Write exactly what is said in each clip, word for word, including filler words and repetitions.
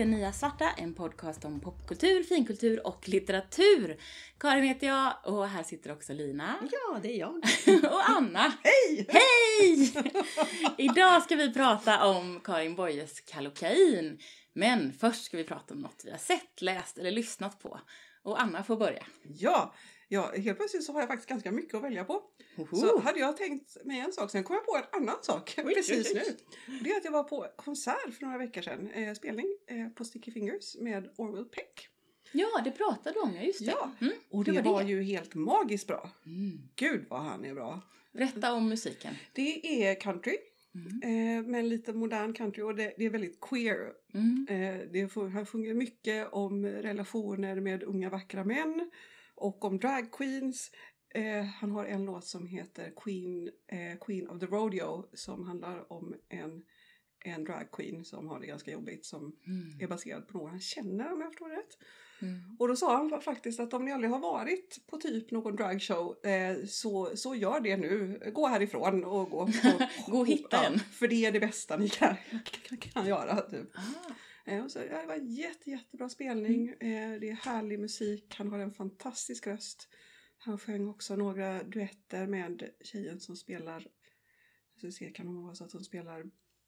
Den nya svarta, en podcast om popkultur, finkultur och litteratur. Karin heter jag och här sitter också Lina. Ja, det är jag. Och Anna. Hej! Hej! Idag ska vi prata om Karin Boyes Kallocain. Men först ska vi prata om något vi har sett, läst eller lyssnat på. Och Anna får börja. Ja, ja, helt plötsligt så har jag faktiskt ganska mycket att välja på. Oho. Så hade jag tänkt mig en sak, sen kom jag på en annan sak Oj, precis oj, oj. nu. Det är att jag var på konsert för några veckor sedan, eh, spelning eh, på Sticky Fingers med Orville Peck. Ja, det pratade om jag just det. Ja, Mm, och det hur var, ju helt magiskt bra. Mm. Gud vad han är bra. Berätta om musiken. Det är country, Mm. eh, men lite modern country och det, det är väldigt queer. Mm. Eh, det får, han sjunger mycket om relationer med unga vackra män och om drag queens. Eh, han har en låt som heter Queen, eh, Queen of the Rodeo som handlar om en, en drag queen som har det ganska jobbigt som Mm. är baserad på någon han känner, om jag förstår rätt. Mm. Och då sa han faktiskt att om ni aldrig har varit på typ någon dragshow eh, så, så gör det nu. Gå härifrån och gå, och, Gå och hitta ja, en. för det är det bästa ni kan, kan, kan göra. Typ. Ah. Eh, och så, ja, det var en jätte, jättebra spelning. Eh, det är härlig musik. Han har en fantastisk röst. Han sjöng också några duetter med tjejen som spelar, så se, kan det vara så att hon spelar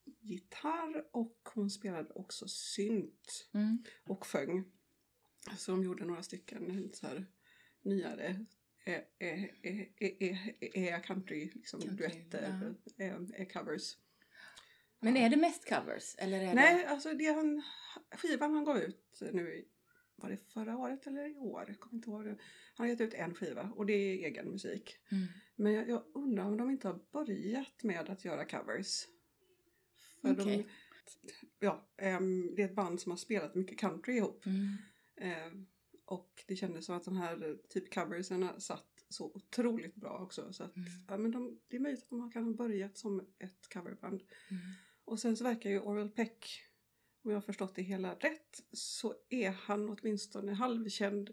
gitarr och hon spelade också synt Mm. och sjöng. Så de gjorde några stycken så här nyare är är är är country liksom Country, duetter är, är covers. Men är det mest covers? Eller är Nej, det... alltså det han skivan han gav ut nu, var det förra året eller i år? Jag kommer inte ihåg det. Han har gett ut en skiva och det är egen musik. Mm. Men jag, jag undrar om de inte har börjat med att göra covers. För Okej. de, ja, um, det är ett band som har spelat mycket country ihop. Mm. Eh, och det kändes som att de här typ coverserna satt så otroligt bra också. Så att, Mm. ja, men de, det är möjligt att de har kan ha börjat som ett coverband. Mm. Och sen så verkar ju Orville Peck, om jag har förstått det hela rätt, så är han åtminstone halvkänd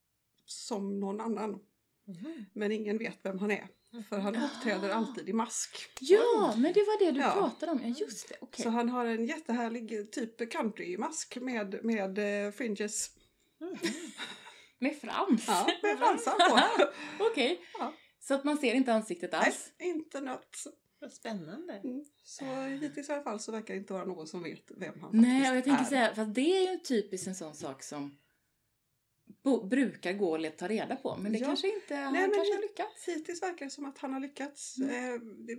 som någon annan. Mm. Men ingen vet vem han är. För han uppträder Ah. alltid i mask. Ja, men det var det du Ja. pratade om. Ja, just det. Okej. Så han har en jättehärlig typ country-mask med, med eh, fringes. Mm. Med frans? Ja, med fransar på. Okej. Ja. Så att man ser inte ansiktet alls? Nej, inte något. Vad spännande. Mm. Så hittills i alla fall så verkar det inte vara någon som vet vem han Nej, faktiskt och jag tänker är. säga, fast det är ju typiskt en sån sak som bo- brukar gå att ta reda på. Men det Ja. kanske inte, han Nej, men kanske hit- har lyckats. Hittills verkar det som att han har lyckats. Mm. Eh, det,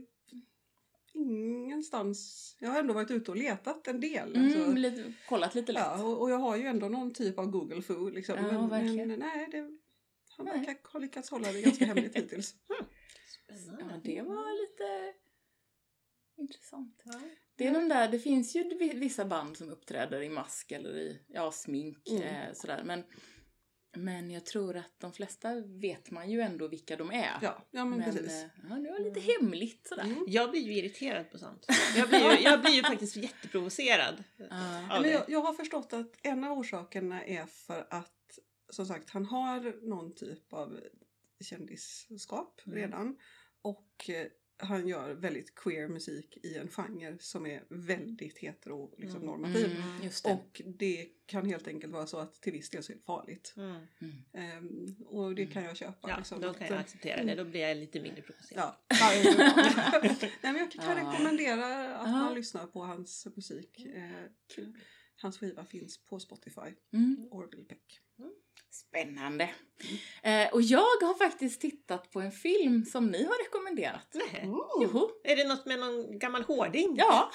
ingenstans. Jag har ändå varit ute och letat en del. Mm, alltså. lite, kollat lite lätt. Ja, och, och jag har ju ändå någon typ av Google Foo. Liksom. Ja, men, verkligen. men nej, det, han Nej. verkar ha lyckats hålla det ganska hemligt hittills. Spännande. Ja, det var lite intressant. Ja. Det är de där, det finns ju vissa band som uppträder i mask eller i ja, smink Mm. eh, sådär. Men, men jag tror att de flesta vet man ju ändå vilka de är. Ja, ja men, men precis. eh, ja, det var lite hemligt sådär. Mm. Jag blir ju irriterad på sånt. Jag blir ju, jag blir ju faktiskt jätteprovocerad Ja. av Men det. jag, jag har förstått att en av orsakerna är för att, som sagt, han har någon typ av kändisskap Mm. redan. Och eh, han gör väldigt queer musik i en genre som är väldigt hetero, liksom Mm. normativ. Mm, just det. Och det kan helt enkelt vara så att till viss del så är det farligt. Mm. Mm. Ehm, och det kan jag köpa. Ja, liksom, då att, kan jag eh, acceptera det. Då blir jag lite mindre provocerad. Ja, varje gång. Nej, men jag kan Ja. rekommendera att Ja. man lyssnar på hans musik. Eh, hans skiva finns på Spotify. Mm. Orville Peck. Spännande. Eh, och jag har faktiskt tittat på en film som ni har rekommenderat. Nej. Joho. Är det något med någon gammal hårding? Ja,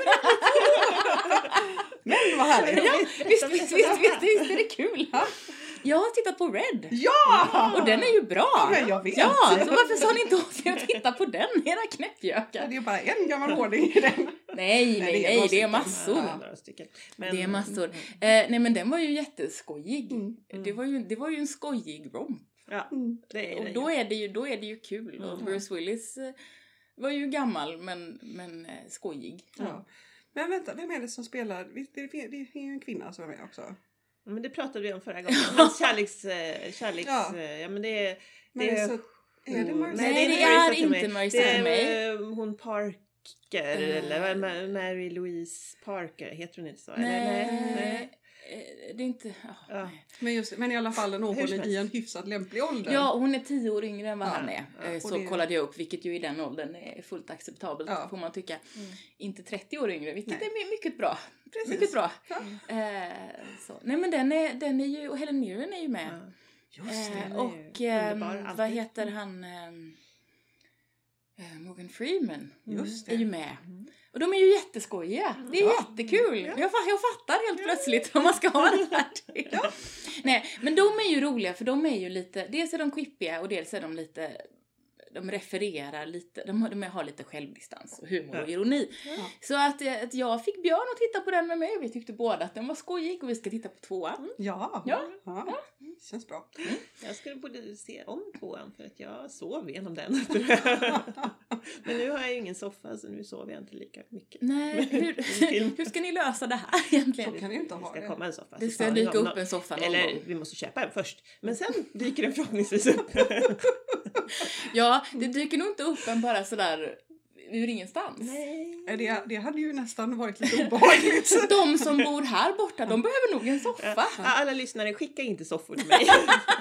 Men vad härligt! ja visst, visst, visst, visst, visst är det kul. Jag har tittat på Red. Ja! Och den är ju bra. Men jag vet. Ja, så varför sa ni inte åt er att titta på den, era knäppjökar? Det är bara en gammal hårding i den. Nej, nej, nej, det är massor. Ja, några stycken. Men, Det är massor. Eh, nej, men den var ju jätteskojig. Mm. Det, var ju, det var ju en skojig romp. Ja, Mm. det är Och det. då är det ju, då är det ju kul. Och Mm. Bruce Willis eh, var ju gammal, men, men eh, skojig. Ja. Men vänta, vem är det som spelar? Visst, Det är, det är ju en kvinna som är med också. Men det pratade vi om förra gången. Men kärleks... eh, kärleks Ja. ja. ja, men det är... Men det är, är så, är det Marissa? Nej, det Marissa är Tomei. inte Marissa Det är Tomei. eh, hon Parker, Eh. eller vad- Ma- Mary Louise Parker, heter hon inte så? Eller? Nej. nej. det är inte... Oh, Ja. Men, just, men i alla fall någon Hur som i en helst. hyfsat lämplig ålder. Ja, hon är tio år yngre än vad Ja, han är. ja. Eh, Och Så det- kollade jag upp, vilket ju i den åldern är fullt acceptabelt, Ja. får man tycka. Mm. Inte trettio år yngre, vilket Nej. är my- mycket bra. Precis. Mycket bra. Ja. Eh, så. Nej, men den är, den är ju, och Helen Mirren är ju med. Ja. Just det. Eh, den är och ju eh, underbar, vad alltid. heter han? ehm, eh, Morgan Freeman Just är ju det. med. Mm. Och de är ju jätteskojiga. Det är Ja. jättekul. Ja. Jag, fa- jag fattar helt plötsligt vad man ska ha det här till. Ja. Nej, men de är ju roliga för de är ju lite, dels är de quippiga och dels är de lite, de refererar lite, de har, de har lite självdistans och humor och Ja. ironi. Ja. Så att, eh, att jag fick Björn att titta på den med mig. Vi tyckte båda att den var skojig och vi ska titta på tvåan. Ja. Ja. Ja. Känns bra. Jag skulle borde se om tvåan för att jag sov genom den. Men nu har jag ju ingen soffa så nu sover jag inte lika mycket. Nej, hur, film. hur ska ni lösa det här egentligen? Så kan ni inte Det ha ska det. komma en soffa. Det så ska småningom. dyka upp en soffa någon Eller gång. vi måste köpa en först. Men sen dyker den förhoppningsvis upp. Ja, det dyker nog inte upp en bara sådär ur ingenstans. Nej. Eh, Det, det hade ju nästan varit lite obehagligt. De som bor här borta, de behöver nog en soffa. Ja, alla lyssnare, skicka inte soffor till mig.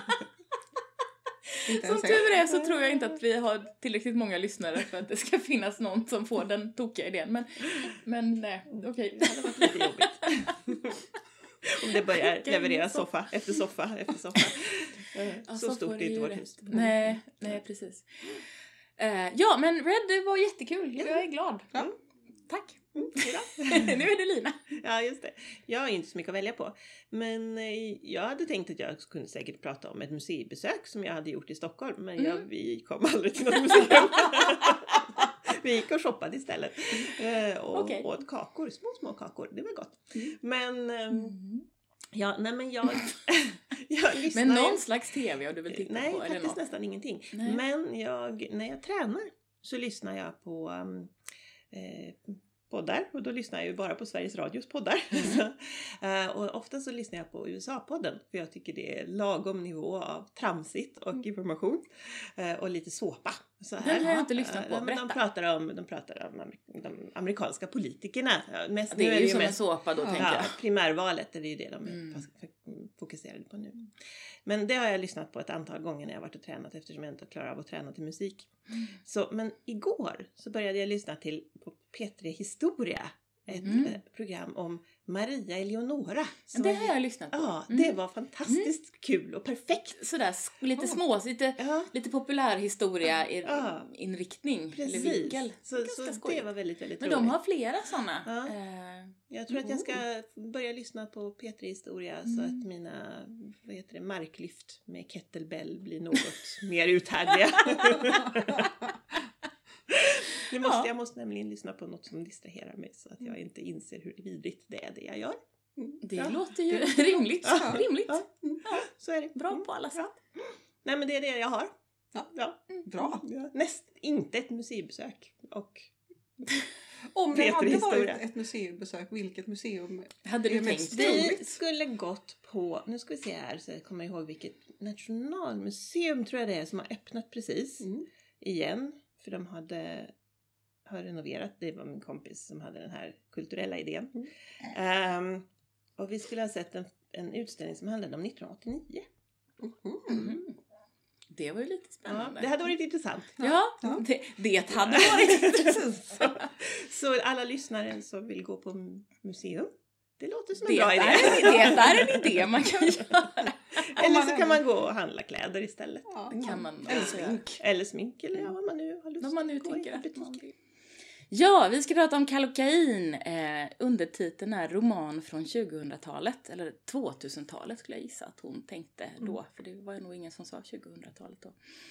Inte Som ens tur är så tror jag inte att vi har tillräckligt många lyssnare för att det ska finnas någon som får den tokiga idén. Men, men nej, okej. Det hade varit lite jobbigt. Om det börjar Skicka leverera in soffa efter soffa efter soffa. Eh, Ja, Så får stort det är inte ju vårt rätt. hus. Nej, nej precis. Eh, ja, men Red det var jättekul. Jag är glad. Ja. Tack. Mm, bra. Nu är det Lina. Ja, just det. Jag har inte så mycket att välja på. Men eh, jag hade tänkt att jag kunde säkert prata om ett museibesök som jag hade gjort i Stockholm. Men jag, Mm. vi kom aldrig till något museum. Vi gick och shoppade istället. Eh, och Okej. åt kakor, små små kakor. Det var gott. Mm. Men, eh, Mm. ja, nej men jag, jag lyssnar Men ju- någon slags tv har du väl tittat Nej, på? Eller faktiskt något? nästan ingenting. Nej. Men jag, när jag tränar så lyssnar jag på um, eh, poddar. Och då lyssnar jag ju bara på Sveriges Radios poddar. Mm. uh, och ofta så lyssnar jag på U S A-podden. För jag tycker det är lagom nivå av tramsigt och Mm. information. Uh, och lite såpa. Så Den har jag inte lyssnat på. Uh, men de Berätta. pratar om, de pratar om amer- de amerikanska politikerna. Uh, mest, Det nu är ju det som en mest- såpa då, Ja. tänker Ja, jag. primärvalet är det ju det de är Mm. fas- fokuserade på nu. Men det har jag lyssnat på ett antal gånger när jag varit och tränat eftersom jag inte klarar av att träna till musik. Mm. Så, men igår så började jag lyssna till på P tre Historia. Ett Mm. eh, program om Maria Eleonora. som Det var- har jag lyssnat på. Ja, Mm. det var fantastiskt kul och perfekt. Sådär, sk- lite Ja. små, lite, Ja, lite populärhistoria i, Ja. inriktning. Eller precis. vinkel. Så, Ganska så det skojigt. var väldigt, väldigt Men roligt. de har flera sådana. Ja. Eh, Jag tror att jag ska börja lyssna på P tre Historia så Mm. att mina vad heter det, marklyft med kettlebell blir något mer uthärdliga. Det måste, Ja. Jag måste nämligen lyssna på något som distraherar mig så att jag inte inser hur vidrigt det är det jag gör. det Ja. låter ju Det- rimligt. Ja. rimligt. Ja. Så är det. Bra Mm. på alla sätt. Ja. Nej men det är det jag har. Ja. Ja. Bra. Ja. Näst, inte ett museibesök. Och Om det P tre hade varit Historia. ett museibesök, vilket museum? Hade Det du är mest tänkt dig? vi skulle gått på, nu ska vi se här så jag kommer ihåg vilket nationalmuseum tror jag det är som har öppnat precis. Mm. Igen. För de hade har renoverat. Det var min kompis som hade den här kulturella idén. Mm. Ehm, och vi skulle ha sett en, en utställning som handlade om nittonhundraåttionio. Mhm. Mm. Det var ju lite Ja, spännande. det hade varit intressant. Ja, Ja. Det, det hade varit. Precis. Så alla lyssnare som vill gå på museum. Det låter som en Det bra där, idé. är, det där är en idé man kan göra. Eller man så ändå- kan man gå och handla kläder istället. Ja. Det kan man Eller också göra. smink. Eller smink eller ja, vad man nu har lust Vad man nu att gå i tänker att butik. man vill. Ja, vi ska prata om Kallocain. Eh, undertiteln är roman från tjugohundratalet. Eller tvåtusentalet skulle jag gissa att hon tänkte då. Mm. För det var ju nog ingen som sa tjugohundratalet då.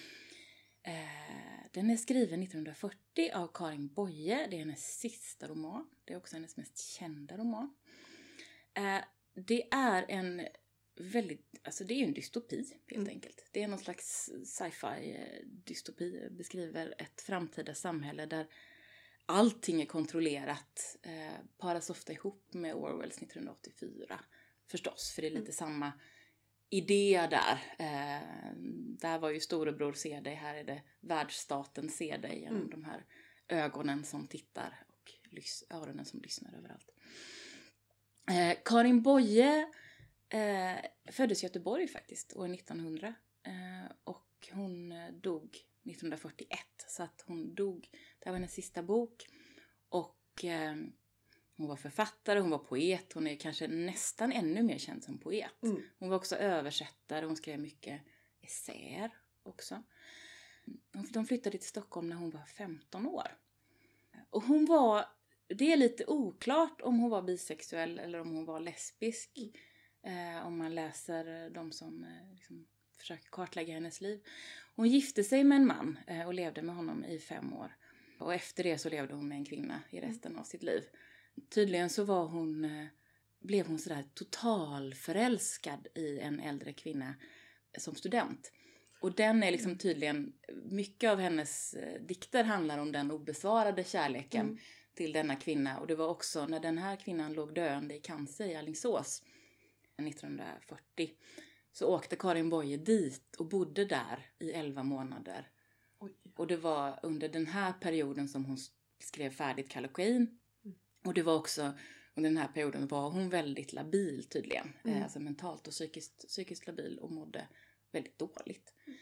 Eh, den är skriven nittonhundrafyrtio av Karin Boye. Det är hennes sista roman. Det är också hennes mest kända roman. Eh, det är en väldigt, alltså det är ju en dystopi helt Mm. enkelt. Det är någon slags sci-fi eh, dystopi. Beskriver ett framtida samhälle där allting är kontrollerat. Eh, paras ofta ihop med Orwells nittonhundraåttiofyra. Förstås, för det är lite Mm. samma idé där. Eh, där var ju storebror se dig, här är det världsstaten se dig genom Mm. de här ögonen som tittar och lys- öronen som lyssnar överallt. Eh, Karin Boye eh, föddes i Göteborg faktiskt år nittonhundra. Eh, och hon dog nittonhundrafyrtioett. Så att hon dog, det var hennes sista bok. Och eh, hon var författare, hon var poet. Hon är kanske nästan ännu mer känd som poet. Mm. Hon var också översättare, hon skrev mycket essäer också. De flyttade till Stockholm när hon var femton år. Och hon var, det är lite oklart om hon var bisexuell eller om hon var lesbisk. Eh, om man läser de som eh, liksom försöker kartlägga hennes liv. Hon gifte sig med en man eh, och levde med honom i fem år. Och efter det så levde hon med en kvinna i resten av sitt liv. Tydligen så var hon, eh, blev hon sådär totalförälskad i en äldre kvinna som student. Och den är liksom tydligen, mycket av hennes eh, dikter handlar om den obesvarade kärleken mm. till denna kvinna. Och det var också när den här kvinnan låg döende i cancer i Alingsås nittonhundrafyrtio. Så åkte Karin Boye dit och bodde där i elva månader. Oj. Och det var under den här perioden som hon skrev färdigt Kallocain. Mm. Och det var också under den här perioden var hon väldigt labil tydligen. Mm. Eh, alltså mentalt och psykiskt, psykiskt labil och mådde väldigt dåligt. Mm.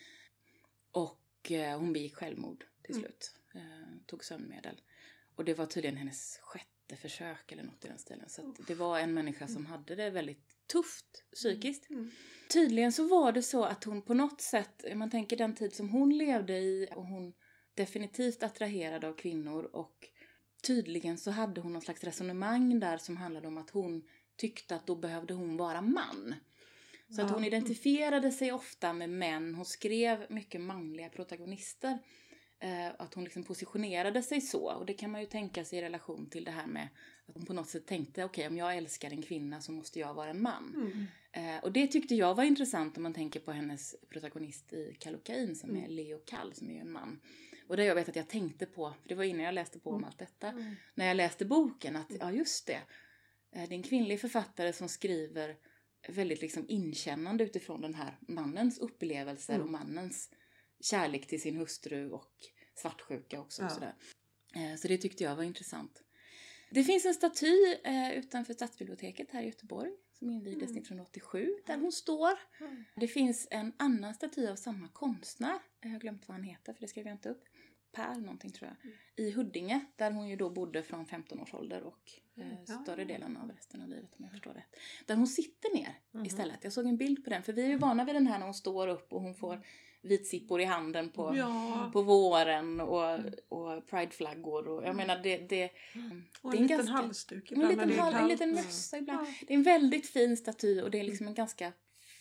Och eh, hon begick självmord till slut. Mm. Eh, tog sömnmedel. Och det var tydligen hennes sjätte försök eller något i den stilen. Så att det var en människa som hade det väldigt tufft psykiskt. Mm. Tydligen så var det så att hon på något sätt, man tänker den tid som hon levde i och hon definitivt attraherade av kvinnor och tydligen så hade hon någon slags resonemang där som handlade om att hon tyckte att då behövde hon vara man. Så ja. Att hon identifierade sig ofta med män. Hon skrev mycket manliga protagonister. Eh, att hon liksom positionerade sig så. Och det kan man ju tänka sig i relation till det här med att hon på något sätt tänkte okej, okay, om jag älskar en kvinna så måste jag vara en man. Mm. Eh, och det tyckte jag var intressant om man tänker på hennes protagonist i Kallocain som mm. är Leo Kall som är en man. Och det jag vet att jag tänkte på, för det var innan jag läste på om allt detta. Mm. När jag läste boken att ja just det. Eh, det är en kvinnlig författare som skriver väldigt liksom inkännande utifrån den här mannens upplevelser mm. och mannens kärlek till sin hustru och svartsjuka också. Ja. Och sådär. Eh, så det tyckte jag var intressant. Det finns en staty eh, utanför Stadsbiblioteket här i Göteborg som invigdes mm. nittonhundraåttiosju där hon står. Mm. Det finns en annan staty av samma konstnär. Jag har glömt vad han heter för det skrev jag inte upp. Per någonting tror jag. Mm. I Huddinge där hon ju då bodde från femton års ålder och eh, större delen av resten av livet om jag förstår rätt. Där hon sitter ner mm. istället. Jag såg en bild på den för vi är ju vana vid den här när hon står upp och hon får vitsippor i handen på, ja. på våren och, och prideflaggor och jag menar det, det, mm. och en, det är en liten ganska, halsduk ibland en liten, hal, en liten mössa ibland. Ja. Det är en väldigt fin staty och det är liksom en ganska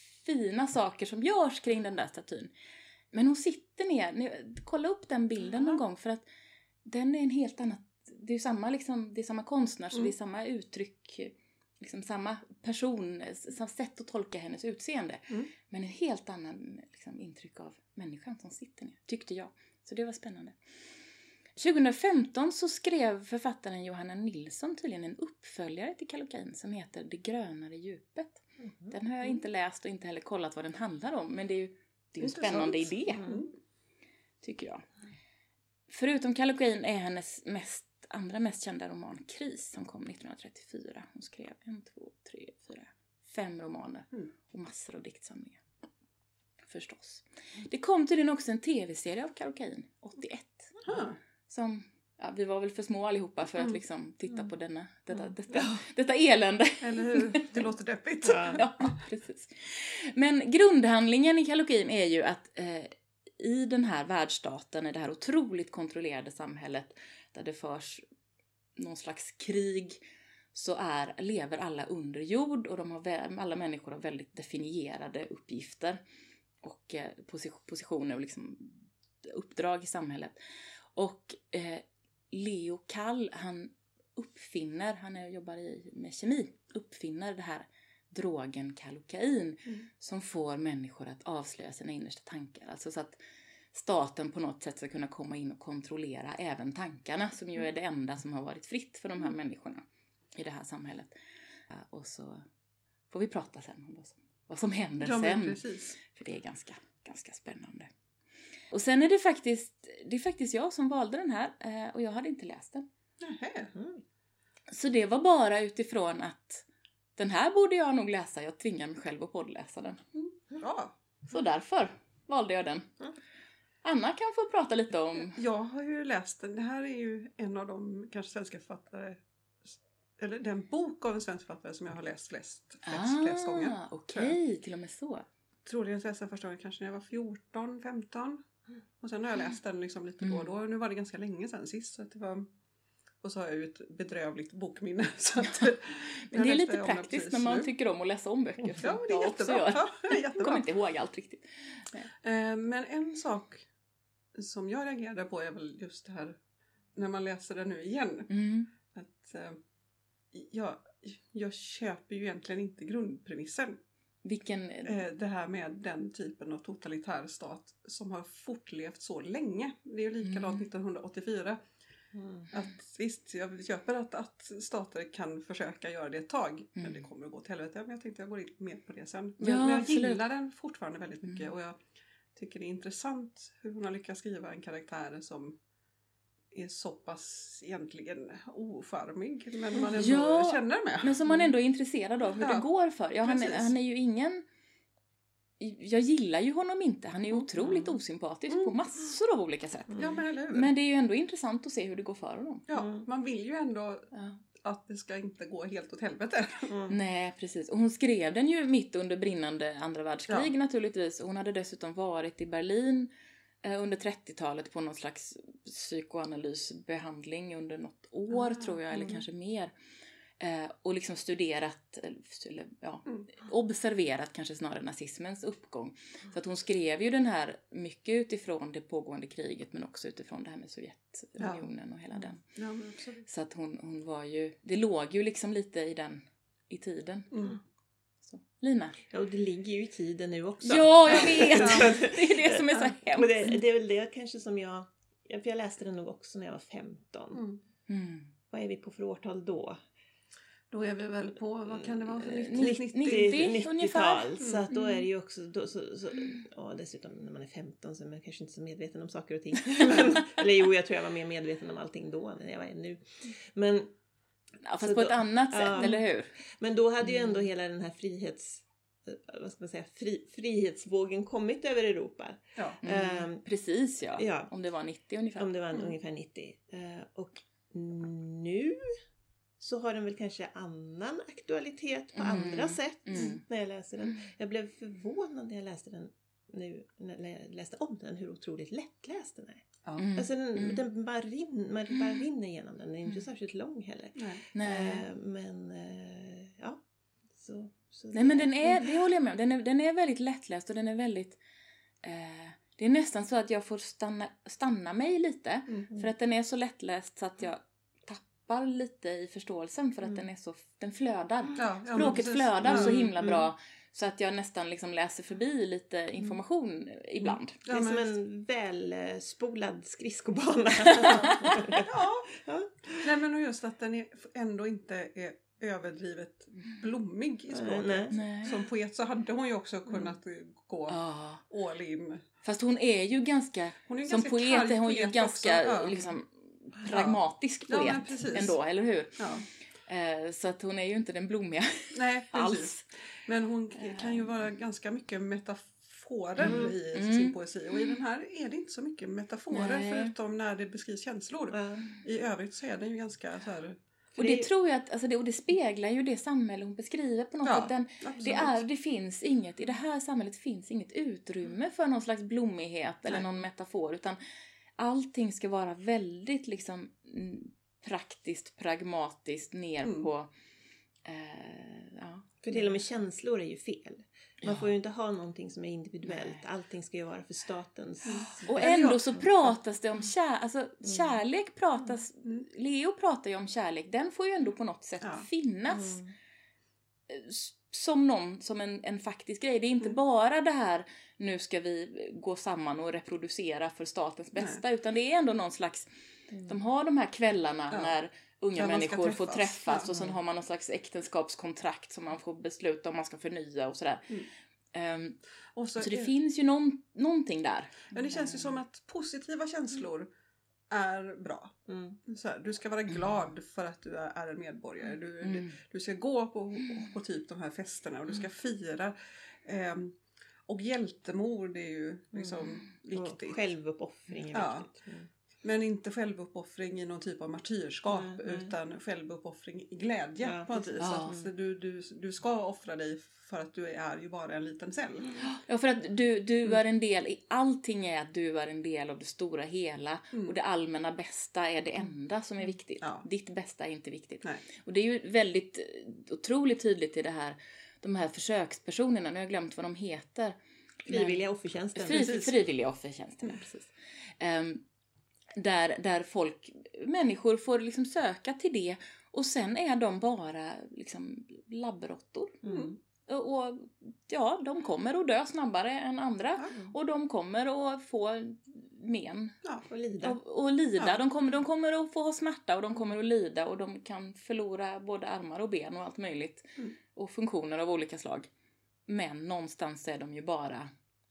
fina saker som görs kring den där statyn. Men hon sitter ner, nu, kolla upp den bilden någon gång för att den är en helt annan, det är samma liksom, det är samma konstnär så mm. det är samma uttryck, liksom samma person, samma sätt att tolka hennes utseende. Mm. Men en helt annan liksom, intryck av människan som sitter ner, tyckte jag. Så det var spännande. tjugohundrafemton så skrev författaren Johanna Nilsson tydligen en uppföljare till Kallocain som heter Det grönare djupet. Mm. Den har jag inte läst och inte heller kollat vad den handlar om, men det är ju det är en spännande idé, mm. tycker jag. Förutom Kallocain är hennes mest, andra mest kända roman Kris som kom nittonhundratrettiofyra. Hon skrev en, två, tre, fyra, fem romaner mm. och massor av diktsamlingar. Förstås. Det kom tydligen också en tv-serie av Kallocain, åttioett. Mm. Som, ja, vi var väl för små allihopa för mm. att liksom titta mm. på denna, detta, mm. detta, ja. detta elände. Eller hur? Det låter deppigt. Ja, precis. Men grundhandlingen i Kallocain är ju att eh, i den här världsstaten, i det här otroligt kontrollerade samhället där det förs någon slags krig, så är, lever alla under jord och de har, alla människor har väldigt definierade uppgifter och eh, positioner och liksom uppdrag i samhället. Och eh, Leo Kall, han uppfinner, han är, jobbar i, med kemi, uppfinner det här drogen Kallocain mm. som får människor att avslöja sina innersta tankar. Alltså så att staten på något sätt ska kunna komma in och kontrollera även tankarna som ju är det enda som har varit fritt för de här människorna i det här samhället. Och så får vi prata sen om vad som, vad som händer ja, sen. Precis. För det är ganska, ganska spännande. Och sen är det faktiskt, det är faktiskt jag som valde den här och jag hade inte läst den. Nähä. Mm. Så det var bara utifrån att den här borde jag nog läsa. Jag tvingar mig själv att poddläsa den. Mm. Bra. Så därför valde jag den. Mm. Anna kan få prata lite om... Jag har ju läst den. Det här är ju en av de kanske svenska författare, eller den bok av en svensk författare som jag har läst flest, flest, flest gånger. Ah, okej, okay. Till och med så. Troligen läste jag första gången kanske när jag var fjorton, femton. Och sen har jag läst den liksom lite då och då. Nu var det ganska länge sedan sist. Så att det var... Och så har jag ju ett bedrövligt bokminne. Så att, men det är lite praktiskt när man nu. tycker om att läsa om böcker. Ja, det är jättebra. Ja, det är jättebra. Jag kommer inte ihåg allt riktigt. Nej. Men en sak som jag reagerade på är väl just det här när man läser det nu igen. Mm. Att äh, jag, jag köper ju egentligen inte grundpremissen. Vilken... Äh, det här med den typen av totalitär stat som har fortlevt så länge. Det är ju likadant mm. nittonhundraåttiofyra. Mm. Att visst, jag köper att, att stater kan försöka göra det ett tag. Mm. Men det kommer att gå till helvete. Men jag tänkte jag går in mer på det sen. Men, ja, men jag absolut. gillar den fortfarande väldigt mycket. Mm. Och jag tycker det är intressant hur hon har lyckats skriva en karaktär som är så pass egentligen ocharmig. Men man ändå ja, känner med. Men som man ändå är intresserad av hur ja, det går för. Ja, han, är, han är ju ingen... Jag gillar ju honom inte. Han är ju otroligt osympatisk mm. på massor av olika sätt. Ja, men, eller hur? Men det är ju ändå intressant att se hur det går för honom. Ja, mm. man vill ju ändå ja. att det ska inte gå helt åt helvete. Mm. Nej, precis. Och hon skrev den ju mitt under brinnande andra världskrig ja. naturligtvis. Och hon hade dessutom varit i Berlin eh, under trettiotalet på någon slags psykoanalysbehandling under något år ah, tror jag. Eller mm. kanske mer. Eh, och liksom studerat, eller ja, mm. observerat kanske snarare nazismens uppgång. Mm. Så att hon skrev ju den här mycket utifrån det pågående kriget men också utifrån det här med Sovjetunionen ja. och hela mm. den. Ja, men absolut. Så att hon, hon var ju, det låg ju liksom lite i den, i tiden. Mm. Så. Lina? Ja, och det ligger ju i tiden nu också. Ja, jag vet! Det är det som är så hemskt. Men det, det är väl det kanske som jag, för jag läste den nog också när jag var femton. Mm. Mm. Vad är vi på för årtal då? Då är vi väl på, vad kan det vara för nittio, nittio ungefär. Mm. Så att då är det ju också, då, så, så, ja, dessutom när man är femton så är man kanske inte så medveten om saker och ting. Men, eller jo, jag tror jag var mer medveten om allting då än jag var nu. Men, ja, fast på då, ett annat sätt, ja, eller hur? Men då hade ju ändå hela den här frihets... vad ska man säga, fri, frihetsvågen kommit över Europa. Ja. Mm. Um, Precis, ja. ja. Om det var nittio ungefär. Om det var mm. ungefär nittio. Uh, och nu... så har den väl kanske annan aktualitet på mm. andra sätt mm. när jag läser den. Jag blev förvånad när jag läste den nu, när jag läste om den, hur otroligt lättläst den är. Mm. Alltså den, mm. den bara, rin, bara rinner igenom den, den är inte mm. särskilt lång heller. Nej. Nej. Äh, men äh, ja, så, så Nej, men den är, det håller jag med om, den är, den är väldigt lättläst och den är väldigt... Eh, det är nästan så att jag får stanna, stanna mig lite. Mm. För att den är så lättläst så att jag lite i förståelsen för att mm. den är så, den flödar. Ja, ja, Språket flödar mm, så himla mm. bra så att jag nästan liksom läser förbi lite information mm. ibland. Det är ja, som men... en välspolad skridskobana. ja. ja. Nej, men just att den är ändå inte är överdrivet blommig i språket. Nej. Nej. Som poet så hade hon ju också kunnat mm. gå ja. all in. Fast hon är ju ganska, hon är ju som ganska poet är hon ju ganska ja. liksom pragmatisk ja. poet ja, ändå, eller hur? Ja. Eh, så att hon är ju inte den blommiga. Nej, alls. Men hon kan ju vara ganska mycket metaforer mm. i mm. sin poesi. Och i den här är det inte så mycket metaforer Nej. förutom när det beskrivs känslor. Mm. I övrigt så är den ju ganska så här... Och det, det tror jag att, alltså det, och det speglar ju det samhälle hon beskriver på något ja, sätt. Den, det, är, det finns inget, i det här samhället finns inget utrymme för någon slags blommighet Nej. eller någon metafor. Utan allting ska vara väldigt liksom praktiskt, pragmatiskt ner mm. på... Eh, ja. För till och med känslor är ju fel. Man ja. får ju inte ha någonting som är individuellt. Nej. Allting ska ju vara för statens... Mm. Och ändå så pratas det om kär, alltså, mm. kärlek. pratas mm. Leo pratar ju om kärlek. Den får ju ändå på något sätt ja. finnas mm. som någon, som en, en faktisk grej. Det är inte mm. bara det här, nu ska vi gå samman och reproducera för statens bästa. Nej. Utan det är ändå någon slags... Mm. De har de här kvällarna ja. när unga när människor träffas. får träffas. Ja. Och sen har man någon slags äktenskapskontrakt som man får besluta om man ska förnya och sådär. Mm. Um, och så, så det är... finns ju någon, någonting där. Men det känns ju som att positiva känslor är bra. Mm. Så här, du ska vara glad för att du är, är en medborgare. Du, Mm. du, du ska gå på, på typ de här festerna och du ska fira. Ehm, och hjältemod är ju liksom Mm. viktigt. Och självuppoffring är Ja. viktigt. Mm. Men inte självuppoffring i någon typ av martyrskap Mm, mm. utan självuppoffring i glädje Ja, på ett vis. Ja. Att du, du, du ska offra dig för att du är ju bara en liten cell. Ja, för att du, du är en del, i allting är att du är en del av det stora hela. Mm. Och det allmänna bästa är det enda som är viktigt. Ja. Ditt bästa är inte viktigt. Nej. Och det är ju väldigt otroligt tydligt i det här, de här försökspersonerna, nu har jag glömt vad de heter. Frivilliga offertjänsten. Fri, precis. frivilliga offertjänsterna, precis. Um, där, där folk, människor får liksom söka till det och sen är de bara liksom labbråttor. Mm. Och, och ja, de kommer att dö snabbare än andra Ja. och de kommer att få men Ja. Och lida. och, och lida. Ja. De, kommer, de kommer att få ha smärta och de kommer att lida och de kan förlora både armar och ben och allt möjligt. Mm. Och funktioner av olika slag. Men någonstans är de ju bara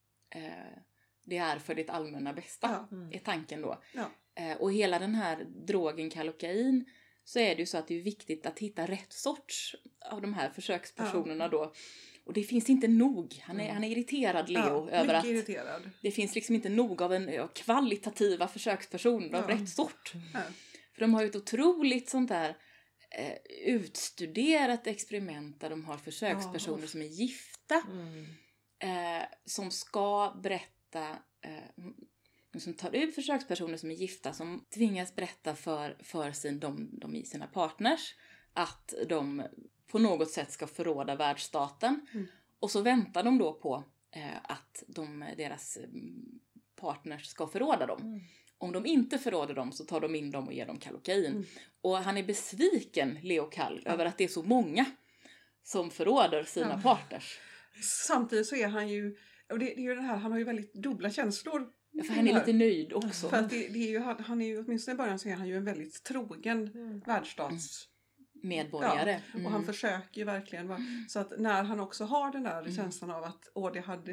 eh, det är för ditt allmänna bästa, Ja. är tanken då. Ja. Eh, och hela den här drogen kalokain, så är det ju så att det är viktigt att hitta rätt sorts av de här försökspersonerna Ja. då. Och det finns inte nog. Han är, Mm. han är irriterad, Leo, Ja, över mycket att irriterad. det finns liksom inte nog av en ja, kvalitativa försökspersoner av Ja. rätt sort. Ja. För de har ju ett otroligt sånt där eh, utstuderat experiment där de har försökspersoner Ja. som är gifta. Mm. Eh, som ska berätta, eh, som tar ut försökspersoner som är gifta, som tvingas berätta för, för sin, de, de i sina partners att de på något sätt ska förråda världsstaten. Mm. Och så väntar de då på eh, att de, deras mm, partners ska förråda dem. Mm. Om de inte förråder dem så tar de in dem och ger dem kalokain. Mm. Och han är besviken, Leo Kall, Ja. över att det är så många som förråder sina Ja. partners. Samtidigt så är han ju, och det, det är ju det här, han har ju väldigt dubbla känslor. Ja, för han är lite nöjd också. För att det, det är ju, han, han är ju, åtminstone i början så är han ju en väldigt trogen Mm. världsstats... Medborgare. Och han Mm. försöker ju verkligen vara, så att när han också har den där Mm. känslan av att, åh det hade,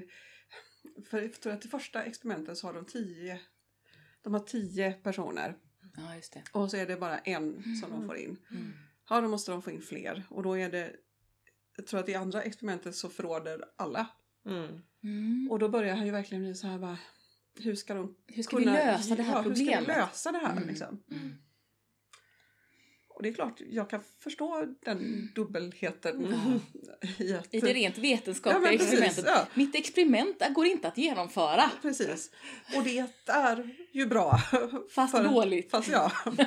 för jag tror att i första experimentet så har de tio, de har tio personer Ja, just det. och så är det bara en som de får in. Mm. Ja, då måste de få in fler och då är det, jag tror att i andra experimentet så förråder alla. Mm. Mm. Och då börjar han ju verkligen bli så här bara, hur ska de Hur ska kunna vi lösa det här ja, problemet? hur ska vi lösa det här Mm. liksom? Mm. Och det är klart, jag kan förstå den dubbelheten Mm. i att... I det rent vetenskapliga Ja, men precis, experimentet. ja. Mitt experiment går inte att genomföra. Precis. Och det är ju bra. Fast dåligt. Fast ja.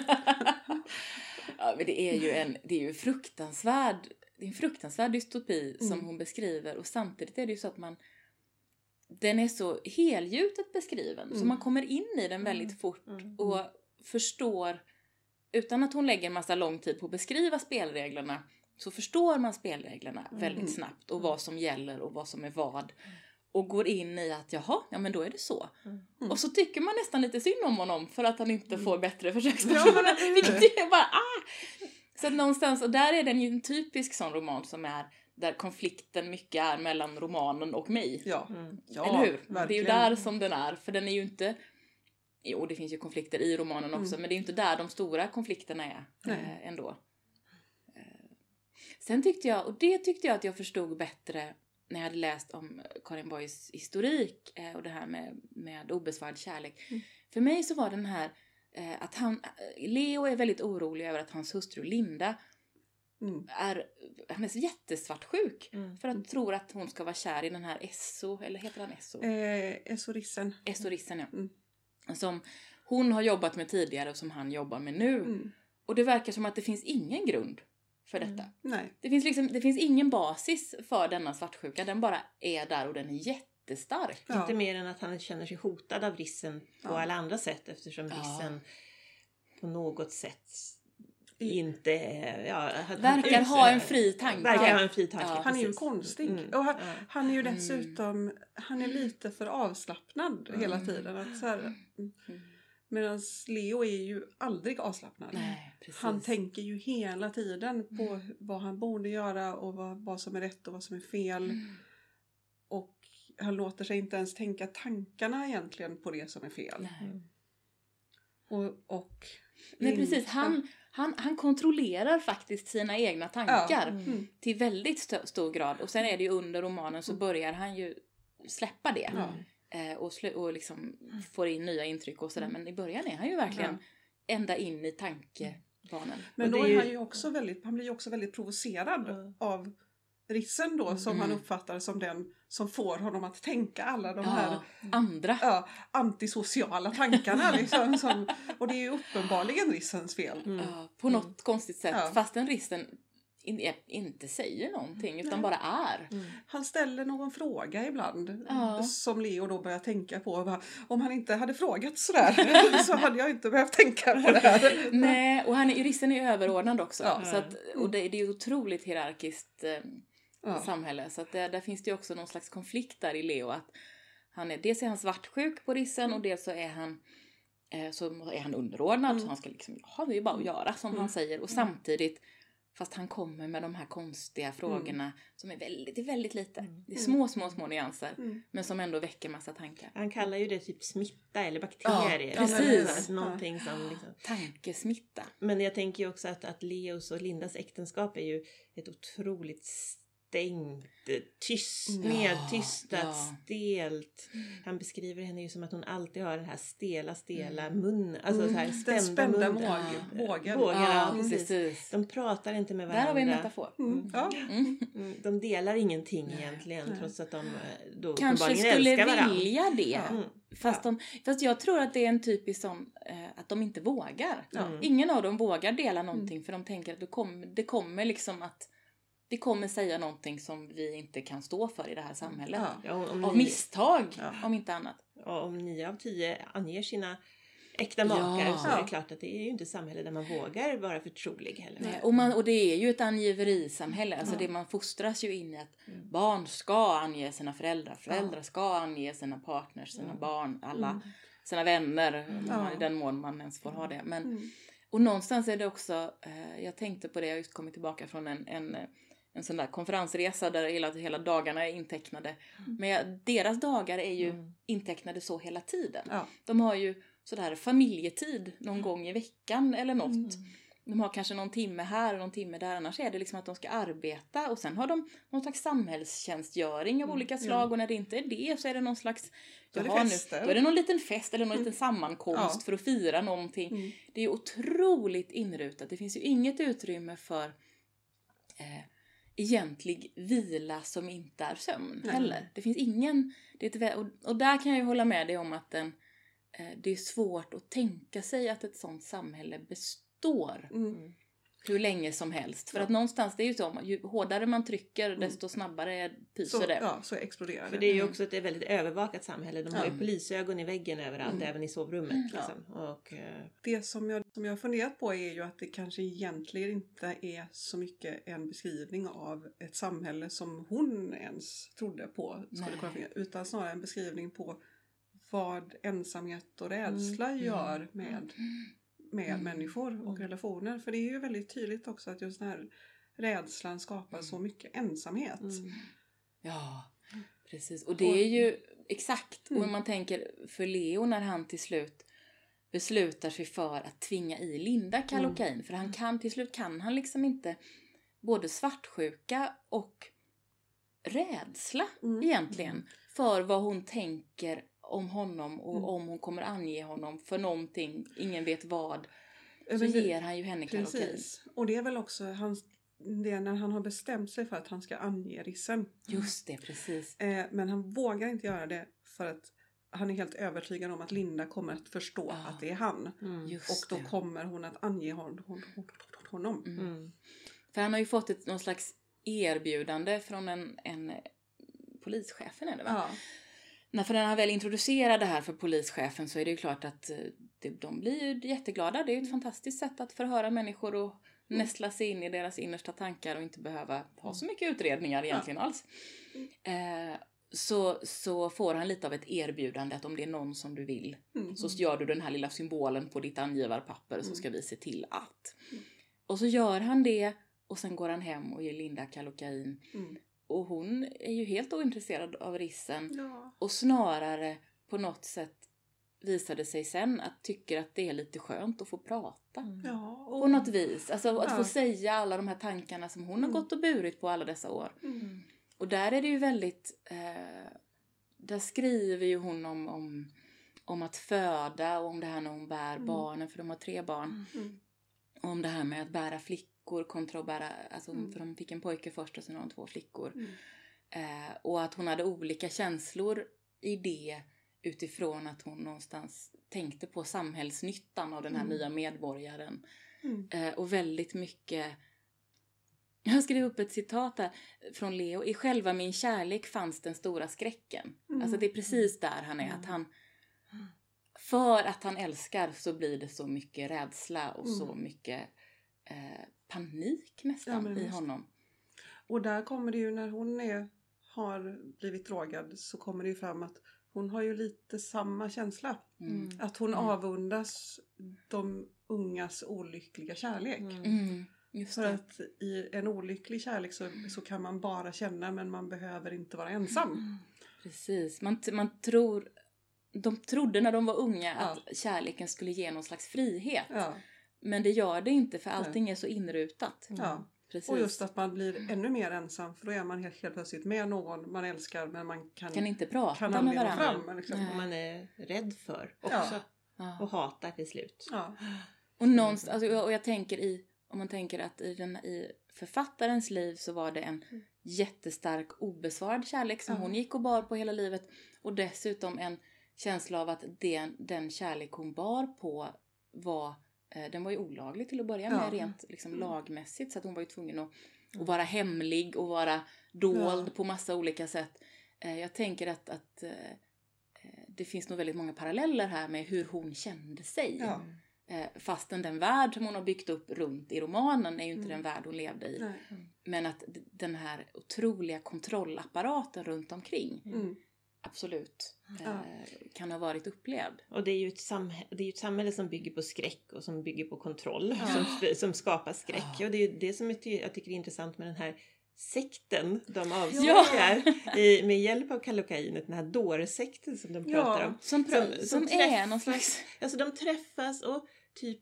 Ja, men det är ju en, det är ju fruktansvärd, det är en fruktansvärd dystopi som Mm. hon beskriver. Och samtidigt är det ju så att man, den är så helgjutet beskriven. Så Mm. man kommer in i den väldigt fort Mm. och förstår, utan att hon lägger en massa lång tid på att beskriva spelreglerna, så förstår man spelreglerna väldigt Mm. snabbt och vad som gäller och vad som är vad. Och går in i att jaha, ja men då är det så. Mm. Och så tycker man nästan lite synd om honom för att han inte Mm. får bättre Ja, försökspersoner. men det är Vilket det. är bara ah! Så att någonstans, och där är den ju en typisk sån roman som är där konflikten mycket är mellan romanen och mig. Ja. Mm. Ja, Eller hur? verkligen. Det är ju där som den är, för den är ju inte, jo det finns ju konflikter i romanen också, Mm. men det är ju inte där de stora konflikterna är Nej. eh, ändå. Eh, sen tyckte jag, och det tyckte jag att jag förstod bättre när jag hade läst om Karin Boys historik eh, och det här med, med obesvarad kärlek. Mm. För mig så var den här eh, att han, Leo är väldigt orolig över att hans hustru Linda Mm. är, han är så jättesvartsjuk. Mm. För att tror att hon ska vara kär i den här Esso, eller heter han Esso? Eh, Esorissen. Esso-rissen, ja. Mm. Som hon har jobbat med tidigare och som han jobbar med nu. Mm. Och det verkar som att det finns ingen grund för detta. Mm. Nej. Det finns liksom, det finns ingen basis för denna svartsjuka. Den bara är där och den är jättestark. Ja. Inte mer än att han känner sig hotad av rissen på Ja. alla andra sätt, eftersom Ja. rissen på något sätt inte är... Ja, han- Verkar han- ha en fri tanke. Verkar Ja. ha en fri tanke. Ja. Han är ju precis. konstig. Mm. Och han, Ja. han är ju Mm. dessutom, han är lite för avslappnad Mm. hela tiden. Att så här, Mm. medan Leo är ju aldrig avslappnad. Nej, precis. Han tänker ju hela tiden på Mm. vad han borde göra och vad, vad som är rätt och vad som är fel. Mm. Och han låter sig inte ens tänka tankarna egentligen på det som är fel. Nej. Mm. Och, och Nej, precis. Han, han, han kontrollerar faktiskt sina egna tankar Ja. Mm. till väldigt st- stor grad. Och sen är det ju under romanen så börjar han ju släppa det. Ja. Eh, och sl- och liksom får in nya intryck och sådär. Men i början är han ju verkligen Ja. ända in i tankebanan. Men Och då det är är ju- han ju också väldigt, han blir ju också väldigt provocerad Mm. av Rissen då, som Mm. han uppfattar som den som får honom att tänka alla de Ja, här andra. ja, antisociala tankarna. Liksom, som, och det är ju uppenbarligen Rissens fel. Mm. Ja, på något konstigt sätt. Ja. Fast den Rissen in, inte säger någonting utan Nej. bara är. Mm. Han ställer någon fråga ibland Ja. som Leo då börjar tänka på. Bara, om han inte hade frågat sådär så hade jag inte behövt tänka på det här. Nej, och han är, Rissen är överordnad också. Ja. Så att, och det, det är ju otroligt hierarkiskt eh, Ja. samhälle. Så att det, där finns det ju också någon slags konflikt där i Leo. Att han är, dels är han svartsjuk på Rissen och dels så är han, eh, så är han underordnad. Mm. Så han ska liksom, ja det är ju bara att göra som Mm. han säger. Och samtidigt, fast han kommer med de här konstiga frågorna som är väldigt, det är väldigt lite. Mm. Det är små, små, små nyanser. Mm. Men som ändå väcker massa tankar. Han kallar ju det typ smitta eller bakterier. Ja, precis. Alltså, någonting som liksom. Tankesmitta. Men jag tänker ju också att, att Leos och Lindas äktenskap är ju ett otroligt stängt, tyst, Ja, nedtystat, ja. stelt. Han beskriver henne ju som att hon alltid har den här stela, stela mun. Alltså Mm. så här Den spända, spända mun. måg- bågen. Bågen, ja, Ja, precis. precis. De pratar inte med Där varandra. har vi en metafor. Mm. Ja. Mm. Mm, de delar ingenting Nej. egentligen Nej. trots att de eh, då Kanske uppenbarligen skulle älskar varandra. vilja det. Ja. Mm. Fast, de, fast jag tror att det är en typisk sån eh, att de inte vågar. Ja. Mm. Ingen av dem vågar dela någonting för de tänker att det kommer, det kommer liksom att det kommer säga någonting som vi inte kan stå för i det här samhället. Ja. Ja, om, om Av ni, misstag, Ja. om inte annat. ja, om nio av tio anger sina äkta makar Ja. så är det Ja. klart att det är ju inte ett samhälle där man vågar vara förtrolig heller. Nej, och, man, och det är ju ett angiverisamhälle. Alltså Ja. det man fostras ju in i att Mm. barn ska ange sina föräldrar. Föräldrar ska ange sina partners, sina Mm. barn, alla Mm. sina vänner. Ja. I den mån man ens får ha det. Men, Mm. och någonstans är det också, eh, jag tänkte på det, jag har just kommit tillbaka från en, en, en sån där konferensresa där hela, hela dagarna är intecknade. Men jag, deras dagar är ju Mm. intecknade så hela tiden. Ja. De har ju sådär familjetid någon gång i veckan eller något. Mm. De har kanske någon timme här och någon timme där. Annars är det liksom att de ska arbeta. Och sen har de någon slags samhällstjänstgöring av Mm, olika ja. slag. Och när det inte är det så är det någon slags... Då är det jaha, nu, fester. då är det någon liten fest eller någon Mm. liten sammankomst Ja. för att fira någonting. Mm. Det är ju otroligt inrutat. Det finns ju inget utrymme för eh, egentlig vila som inte är sömn Nej. heller. Det finns ingen... Det är ett, vä- och, och där kan jag ju hålla med dig om att den, eh, det är svårt att tänka sig att ett sånt samhälle består Mm. hur länge som helst. För Ja. att någonstans, det är ju så, ju hårdare man trycker Mm. desto snabbare pyser Så, det. ja, så exploderar För det. det är ju Mm. också ett väldigt övervakat samhälle. De har Ja. ju polisögon i väggen överallt, Mm. även i sovrummet. Ja. Liksom. Och, eh, Det som jag, som jag har funderat på är ju att det kanske egentligen inte är så mycket en beskrivning av ett samhälle som hon ens trodde på skulle Nej. kunna fungera, utan snarare en beskrivning på vad ensamhet och rädsla Mm. gör med, med Mm. människor och Mm. relationer. För det är ju väldigt tydligt också att just den här rädslan skapar så mycket ensamhet. mm. Ja, precis. Och det är ju exakt. Och Mm. om man tänker för Leo när han till slut beslutar sig för att tvinga i Linda Kallocain. För han kan, till slut kan han liksom inte både svartsjuka och rädsla Mm. egentligen. För vad hon tänker om honom och Mm. om hon kommer ange honom för någonting, ingen vet vad. Ja, Så men det- ger han ju henne Kallocain. Precis. Och det är väl också hans, det är när han har bestämt sig för att han ska ange Rissen. Just det, precis. Eh, men han vågar inte göra det för att han är helt övertygad om att Linda kommer att förstå Ah. att det är han. Mm. Just Och då det. kommer hon att ange hon, hon, hon, honom. Mm. Mm. För han har ju fått ett, någon slags erbjudande från en, en eh, polischefen är det va? Ja. När, för när han väl introducerar det här för polischefen så är det ju klart att eh, det, de blir ju jätteglada. Det är ju ett fantastiskt sätt att förhöra människor och nästla sig in i deras innersta tankar och inte behöva ha så mycket utredningar egentligen alls. Eh, så, så får han lite av ett erbjudande att om det är någon som du vill Mm. så gör du den här lilla symbolen på ditt angivarpapper så Mm. ska vi se till att. Mm. Och så gör han det och sen går han hem och ger Linda Kallocain. Mm. Och hon är ju helt ointresserad av Rissen Ja. och snarare på något sätt visade sig sen att tycker att det är lite skönt att få prata. Mm. Ja, På något vis. Alltså att Ja. få säga alla de här tankarna som hon har Mm. gått och burit på alla dessa år. Mm. Och där är det ju väldigt... Eh, där skriver ju hon om, om, om att föda och om det här när hon bär Mm. barnen, för de har tre barn. Mm. Och om det här med att bära flickor kontra att bära... Alltså, Mm. för de fick en pojke först och sen har de två flickor. Mm. Eh, och att hon hade olika känslor i det utifrån att hon någonstans tänkte på samhällsnyttan av den här Mm. nya medborgaren. Mm. Eh, och väldigt mycket... Jag skrev upp ett citat där från Leo. I själva min kärlek fanns den stora skräcken. Mm. Alltså det är precis där han är. Mm. Att han, för att han älskar så blir det så mycket rädsla och så Mm. mycket eh, panik Ja, nästan men i visst. honom. Och där kommer det ju när hon är, har blivit drogad så kommer det ju fram att hon har ju lite samma känsla. Mm. Att hon Mm. avundas de ungas olyckliga kärlek. Mm. Mm. Just För det. att i en olycklig kärlek så, så kan man bara känna men man behöver inte vara ensam. Precis. Man, t- man tror... De trodde när de var unga Ja. att kärleken skulle ge någon slags frihet. Ja, Men det gör det inte för allting är så inrutat. ja. Precis. Och just att man blir ännu mer ensam för då är man helt, helt plötsligt med någon man älskar men man kan, Kan inte prata kan med aldrig nå varandra. fram. Liksom. Nej. Och man är rädd för också. Ja. Ja. Och hatar till slut. Ja. Och, någonstans, alltså, och jag tänker i, om man tänker att i, den, i författarens liv så var det en jättestark obesvarad kärlek som Ja. hon gick och bar på hela livet. Och dessutom en känsla av att den, den kärlek hon bar på var, eh, den var ju olaglig till att börja med Ja. rent liksom, Mm. lagmässigt. Så att hon var ju tvungen att, att vara hemlig och vara dold Ja. på massa olika sätt. Eh, jag tänker att, att eh, det finns nog väldigt många paralleller här med hur hon kände sig. Ja. Eh, fastän den värld som hon har byggt upp runt i romanen är ju inte Mm. den värld hon levde i. Nej. Men att d- den här otroliga kontrollapparaten runt omkring Mm. absolut eh, Ja. kan ha varit upplevd. Och det är ju ett, samhä- det är ju ett samhälle som bygger på skräck och som bygger på kontroll. Ja. Som, sp- som skapar skräck. Ja. Och det är ju det som jag ty- jag tycker är intressant med den här sekten de avslöjar i, med hjälp av kalokainet. Den här dårsekten som de Ja. pratar om. Som, Som- som, som är träffas. någon slags... Alltså de träffas och typ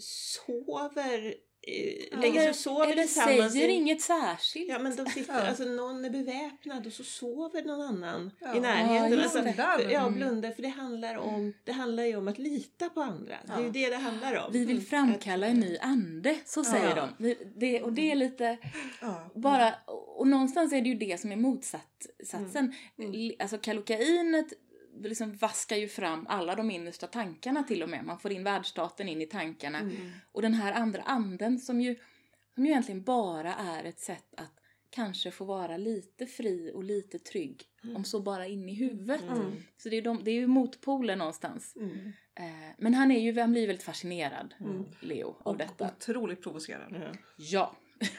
sover, eh, Ja. lägger sig och sover eller tillsammans. säger i- inget särskilt. Ja, men de sitter, Ja. alltså någon är beväpnad och så sover någon annan Ja. i närheten. Ja, alltså, just det. för- ja, Mm. blundar. För det handlar, om, det handlar ju om att lita på andra. Det är ju Ja. det det handlar om. Vi vill framkalla en ny ande, så säger Ja. de. Vi, det, och det är lite... Ja. Bara, och någonstans är det ju det som är motsatsen. Mm. L- Alltså kalokainet liksom vaskar ju fram alla de innersta tankarna till och med. Man får in världsstaten in i tankarna. Mm. Och den här andra anden som ju, som ju egentligen bara är ett sätt att kanske få vara lite fri och lite trygg. Mm. Om så bara in i huvudet. Mm. Så det är, de, det är ju motpolen någonstans. Mm. Eh, men han är ju, han blir väldigt fascinerad, Mm. Leo, av Och detta. otroligt provocerande. Ja. Ja,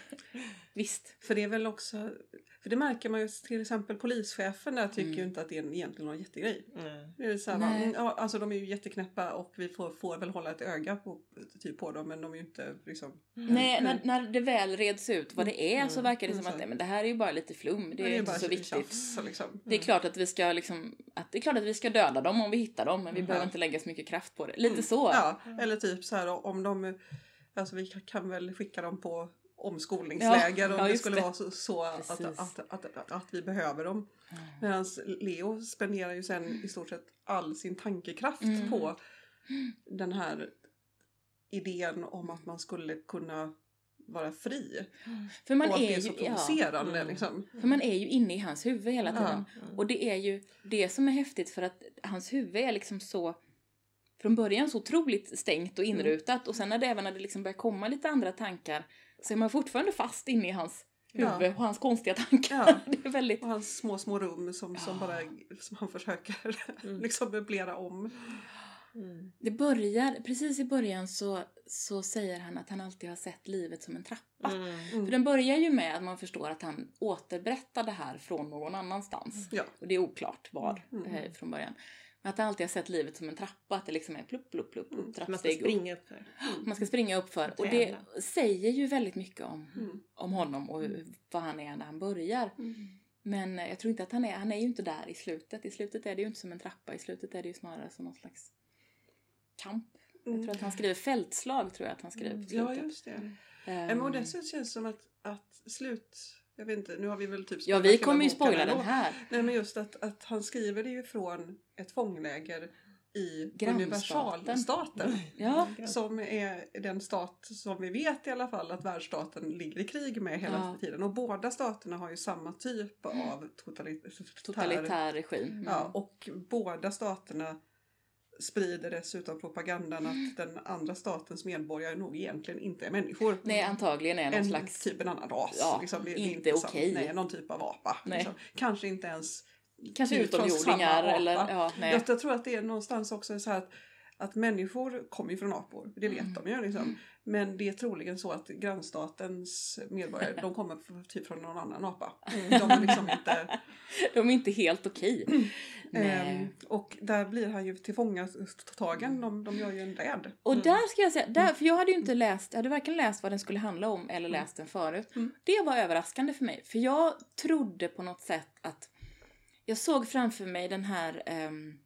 visst. För det är väl också, för det märker man ju till exempel polischefen där tycker Mm. ju inte att det är en, egentligen någon jättegrej. Ja. Det är så här, Nej. va, mm, ja, alltså de är ju jätteknäppa och vi får, får väl hålla ett öga på, typ på dem men de är ju inte liksom... Nej, Mm. när, när det väl reds ut vad det är så verkar det som Mm. att nej, men det här är ju bara lite flum. Det är, inte bara så viktigt. tjafs, liksom. Det är klart att vi ska liksom, att det är klart att vi ska döda dem om vi hittar dem, men vi Mm. behöver inte lägga så mycket kraft på det. Lite så. Ja, eller typ så här om de, alltså vi kan väl skicka dem på omskolningsläger Ja, om ja, det just skulle det. vara så, så att, Precis. att, att, att, att vi behöver dem. Medan Leo spenderar ju sen i stort sett all sin tankekraft Mm. på den här idén om att man skulle kunna vara fri. För man och att är det är ju, så ja, provocerande Mm. liksom. för man är ju inne i hans huvud hela tiden. Ja. Och det är ju det som är häftigt för att hans huvud är liksom så från början så otroligt stängt och inrutat och sen när det även när det liksom börjar komma lite andra tankar så är man fortfarande fast inne i hans huvud Ja. och hans konstiga tankar. Ja. Det är väldigt... Och hans små små rum som, som Ja. bara som han försöker Mm. liksom möblera om. Mm. Det börjar, precis i början så, så säger han att han alltid har sett livet som en trappa. Mm. För den börjar ju med att man förstår att han återberättar det här från någon annanstans. Ja. Och det är oklart var Mm. eh, från början. Men att han alltid har sett livet som en trappa. Att det liksom är plupp, plupp, plupp, Mm. upp, Man ska trappsteg upp. springa upp för. Man ska springa upp för. Och Och det träna. säger ju väldigt mycket om, Mm. om honom och hur, vad han är när han börjar. Mm. Men eh, jag tror inte att han är, han är ju inte där i slutet. I slutet är det ju inte som en trappa. I slutet är det ju snarare som någon slags kamp. Jag tror att han skriver fältslag, tror jag att han skriver på slutet. Ja, just det. Um, och dessutom känns det som att, att slut... Jag vet inte, nu har vi väl typ... Ja, vi kommer ju spoila den här. Nej, men just att, att han skriver det ju från ett fångläger i universalstaten. Ja. Som är den stat som vi vet i alla fall att världsstaten ligger i krig med hela Ja. tiden. Och båda staterna har ju samma typ av totalitär, Totalitär regim. Mm. Ja, och båda staterna sprider dessutom propagandan att den andra statens medborgare nog egentligen inte är människor. Nej, antagligen är någon en slags... typ en annan ras. Ja, liksom. det, inte det är inte okej. Nej, någon typ av apa. Liksom. Kanske inte ens... Kanske ut från utomjordingar samma eller... apa. Ja, nej. Jag, jag tror att det är någonstans också så här att, att människor kommer ju från apor. Det vet Mm. de ju liksom. Men det är troligen så att grannstatens medborgare, de kommer f- typ från någon annan apa. De är liksom inte... De är inte helt okej. Ehm, och där blir han ju tillfångatagen. De, de gör ju en räd. Och där ska jag säga, där, för jag hade ju inte läst, jag hade varken läst vad den skulle handla om eller läst den förut. Mm. Det var överraskande för mig. För jag trodde på något sätt att, jag såg framför mig den här, um,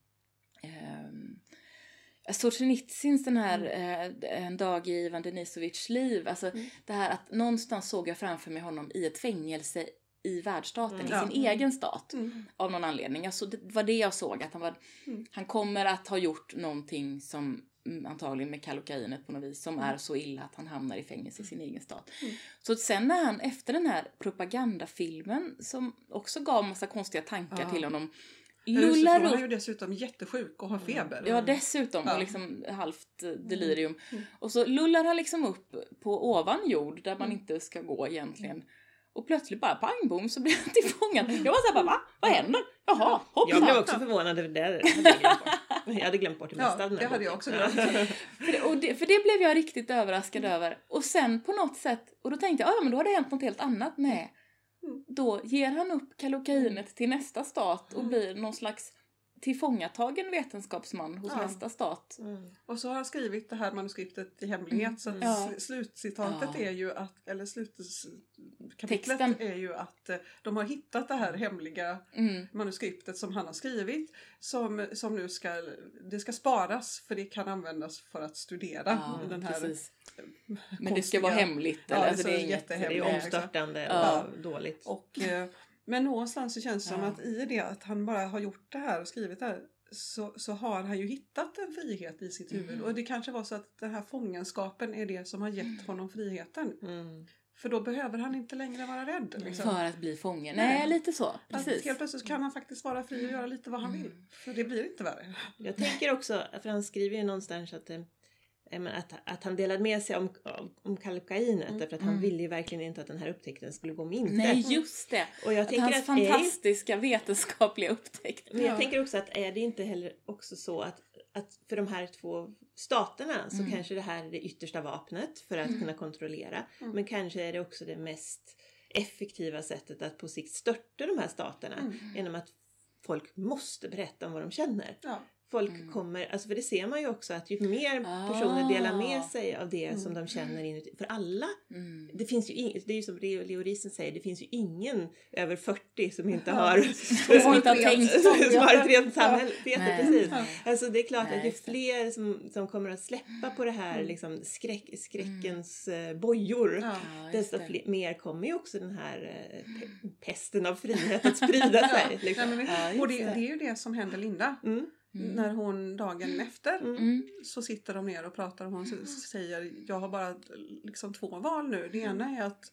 um, Solzhenitsyns den här uh, En dag i Ivan Denisovics liv. Alltså Mm. det här att någonstans såg jag framför mig honom i ett fängelse i världsstaten, Mm. i Ja. sin egen stat. Mm. Av någon anledning. Alltså, det var det jag såg. Att han, var, Mm. han kommer att ha gjort någonting som mm, antagligen med kalokainet på något vis. Som är så illa att han hamnar i fängelse i sin egen stat. Mm. Så sen när han efter den här propagandafilmen. Som också gav massa konstiga tankar Ja. till honom. Lullar Lullar han är upp. ju dessutom jättesjuk och har feber. Ja, dessutom. Ja. Och liksom halvt eh, delirium. Mm. Och så lullar han liksom upp på ovan jord. Där man Mm. inte ska gå egentligen. Och plötsligt bara pang bom så blir han tillfångad. Jag var så här bara, va? Vad händer? Jaha, hoppsan. Jag blev också förvånad över det. Hade jag, glömt bort. jag hade glömt bort det mesta Ja, av den här det hade jag boken. också glömt. För det, och det, för det blev jag riktigt överraskad över. Och sen på något sätt, och då tänkte jag, ja men då har det hänt något helt annat. Nej. Mm. Då ger han upp kalokainet till nästa stat och Mm. blir någon slags tillfångatagen vetenskapsman hos Ja. nästa stat. Mm. Och så har han skrivit det här manuskriptet i hemlighet. Mm. Så att Ja. sl- slutcitatet Ja. är ju att, eller slutkapitlet Texten. är ju att eh, de har hittat det här hemliga Mm. manuskriptet som han har skrivit. Som, som nu ska, det ska sparas för det kan användas för att studera Ja, den här precis. Men det konstiga- ska vara hemligt. Ja, Eller? det Alltså, ska det är vara inget, Det är jättehemligt. ju Ja, exakt. omstörtande Ja. och dåligt. Och, eh, men någonstans så känns det som Ja. att i det att han bara har gjort det här och skrivit det här så, så har han ju hittat en frihet i sitt huvud. Mm. Och det kanske var så att den här fångenskapen är det som har gett honom friheten. Mm. För då behöver han inte längre vara rädd. Liksom. för att bli fången. Nej. Nej, lite så. Att Precis. helt plötsligt kan han faktiskt vara fri och göra lite vad han vill. Mm. För det blir inte värre. Jag tänker också, för han skriver ju någonstans att, eh, men att, att han delade med sig om, om kalokainet. Mm. Därför att han Mm. ville ju verkligen inte att den här upptäckten skulle gå om intet. Nej, just det. Och jag Att tänker hans att är, fantastiska vetenskapliga upptäckt. men jag Ja. tänker också att är det inte heller också så att, att för de här två staterna så Mm. kanske det här är det yttersta vapnet för att Mm. kunna kontrollera. Mm. Men kanske är det också det mest effektiva sättet att på sikt störta de här staterna. Mm. Genom att folk måste berätta om vad de känner. Ja. Folk Mm. kommer, alltså för det ser man ju också att ju mer Ah. personer delar med sig av det Mm. som de känner inuti. För alla, Mm. det finns ju ing, det är ju som Leo Leo Riesen säger, det finns ju ingen över fyrtio som inte Ja. har Som inte har tänkt. som har ett rent samhälle. Vet Nej. precis. Ja. Alltså det är klart Nej, att ju just det. fler som, som kommer att släppa på det här Mm. liksom skräck, skräckens eh, bojor. Ja. Ja, just Desto det. fler, mer kommer ju också den här eh, pe- pesten av frihet att sprida sig. Ja. Liksom. Nej, men, Ja, just och det, det. det är ju det som händer Linda. Mm. Mm. När hon dagen efter Mm. Mm. så sitter de ner och pratar och hon s- säger jag har bara liksom två val nu. Det ena är att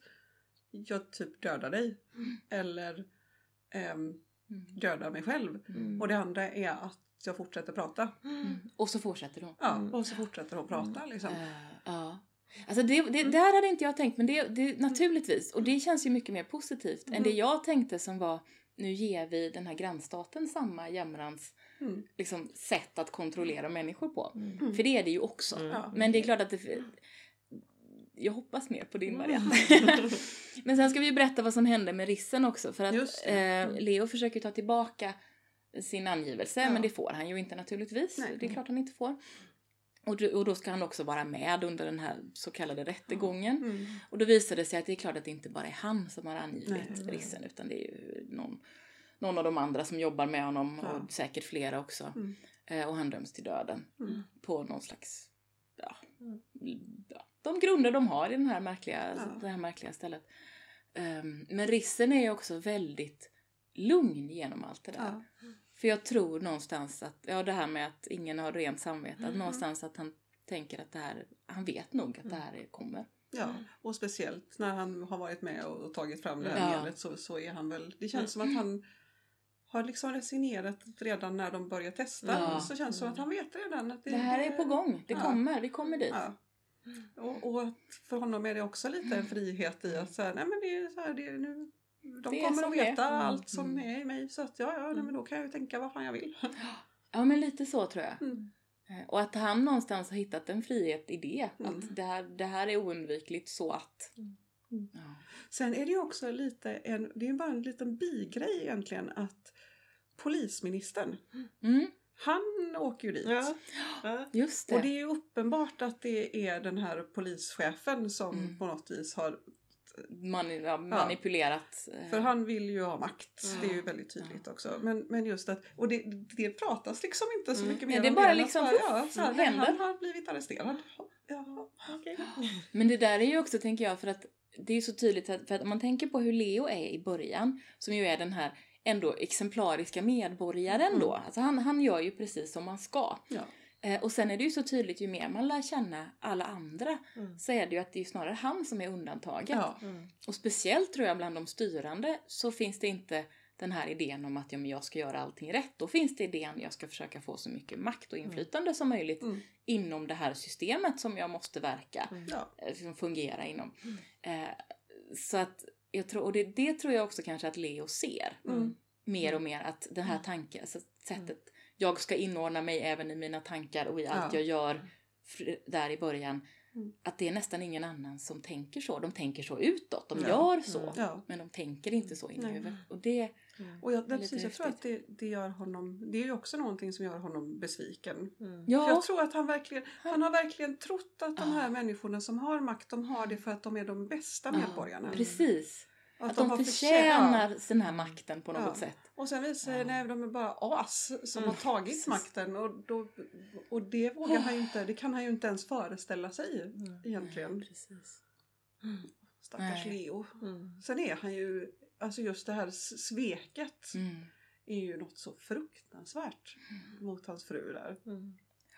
jag typ dödar dig eller ehm, dödar mig själv. Mm. Och det andra är att jag fortsätter prata. Mm. Och så fortsätter de. Ja, Mm. och så fortsätter hon prata liksom. Eh, ja. Alltså det, det, där hade inte jag tänkt, men det, det naturligtvis. Och det känns ju mycket mer positivt än det jag tänkte som var, nu ger vi den här grannstaten samma jämrans Mm. liksom, sätt att kontrollera människor på. Mm. För det är det ju också. Mm. Ja. Men det är klart att det... Jag hoppas mer på din Mm. variant. Men sen ska vi ju berätta vad som hände med Rissen också. För att Just det. eh, Mm. Leo försöker ta tillbaka sin angivelse. Ja. Men det får han ju inte naturligtvis. Nej. Det är klart han inte får. Och då, och då ska han också vara med under den här så kallade rättegången. Mm. Och då visade det sig att det är klart att det inte bara är han som har angivit Nej, nej. Rissen. Utan det är ju någon, någon av de andra som jobbar med honom. Ja. Och säkert flera också. Mm. Eh, och han döms till döden. Mm. På någon slags... Ja, Mm. ja, de grunder de har i den här märkliga, Ja. det här märkliga stället. Um, men Rissen är ju också väldigt lugn genom allt det där. Ja. För jag tror någonstans att, ja det här med att ingen har rent samvete, Mm. att någonstans att han tänker att det här, han vet nog att det här är- kommer. Ja, och speciellt när han har varit med och, och tagit fram det här Ja. medlet så, så är han väl, det känns som att han har liksom resignerat redan när de börjar testa. Ja. Så känns det som att han vet redan att det, Det här är på gång, det Ja. kommer, vi kommer dit. Ja. Och, och att för honom är det också lite en frihet i att säga, nej men det är så här, det är nu, de Det är kommer som att det är. veta Mm. allt som Mm. är i mig så att ja, ja nej, men då kan jag ju tänka vad fan jag vill. Ja men lite så tror jag. Mm. Eh, Och att han någonstans har hittat en frihet i det. Mm. Att det här, det här är oundvikligt så att. Mm. Ja. Sen är det ju också lite en, det är ju bara en liten bigrej egentligen att polisministern, Mm, han åker ju dit. Ja. Ja. just det. Och det är ju uppenbart att det är den här polischefen som Mm. på något vis har, Man, ja, manipulerat. eh, för han vill ju ha makt, Ja. det är ju väldigt tydligt också. Men, men just att, och det, det pratas liksom inte så Mm. mycket Nej, mer det är om bara än att liksom, bara, puff, ja, så här, det händer. han har blivit arresterad. Jaha, okej. Men det där är ju också, tänker jag, för att det är ju så tydligt att, för att om man tänker på hur Leo är i början, som ju är den här ändå exemplariska medborgaren Mm. då. Alltså han, han gör ju precis som man ska. Ja. Eh, och sen är det ju så tydligt, ju mer man lär känna alla andra, Mm. så är det ju att det är snarare han som är undantaget. Ja. Mm. Och speciellt tror jag bland de styrande så finns det inte den här idén om att ja, men jag ska göra allting rätt. Då finns det idén jag ska försöka få så mycket makt och inflytande som möjligt Mm. inom det här systemet som jag måste verka, Mm. Ja. eh, som fungera inom. Eh, så att jag tror, och det, det tror jag också kanske att Leo ser Mm. mer och mer, att den här tanken, alltså sättet, jag ska inordna mig även i mina tankar och i allt Ja. jag gör fr- där i början. Mm. Att det är nästan ingen annan som tänker så. De tänker så utåt, de Ja. gör så. Mm. Ja. Men de tänker inte så in i Nej. huvudet. Och det, Mm. Och jag, Det är precis, lite jag tror att det, det gör honom, det är ju också någonting som gör honom besviken. Mm. För ja, jag tror att han verkligen, han har verkligen trott att de här Ah. människorna som har makt, de har det för att de är de bästa Ja, medborgarna. precis. Att, Att de har förtjänar förtjänat- den här makten på något Ja. sätt. Och sen visar det sig, Ja. nej, de är bara as som Mm, har tagit precis. makten. Och, då, och det vågar han ju inte, det kan han ju inte ens föreställa sig Mm. egentligen. Nej, precis. Stackars Nej. Leo. Mm. Sen är han ju, alltså just det här s- sveket Mm. är ju något så fruktansvärt mot hans fru där. Mm.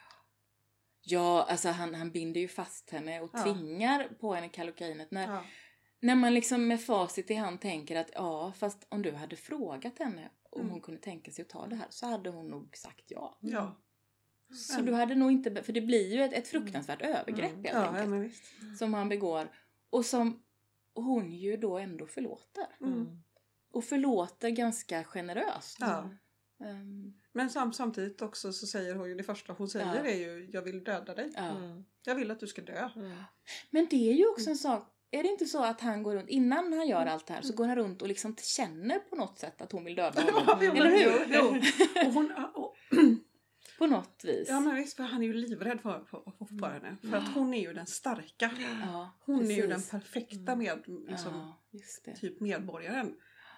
Ja, alltså han, han binder ju fast henne och Ja. tvingar på henne kalokainet. När, Ja. när man liksom med facit i hand tänker att ja, fast om du hade frågat henne om Mm. hon kunde tänka sig att ta det här, så hade hon nog sagt ja. Ja. Så Mm. du hade nog inte, för det blir ju ett, ett fruktansvärt övergrepp Mm. helt Ja, ja, enkelt. men visst. Som han begår. Och som hon ju då ändå förlåter. Mm. Och förlåter ganska generöst. Ja. Ehm, Men sam, samtidigt också så säger hon ju, det första hon säger Ja. är ju, jag vill döda dig. ja. Mm. Jag vill att du ska dö. Mm. Men det är ju också en sak. Är det inte så att han går runt, innan han gör allt det här, så går han runt och liksom känner på något sätt att hon vill döda honom? Ja, men- Eller hur? Jo, jo. Och hon, och, På något vis. ja men visst, för han är ju livrädd för, för, för, för henne. För att hon är ju den starka. Ja, Hon är ju den precis. perfekta med, liksom, Ja, just det. typ medborgaren.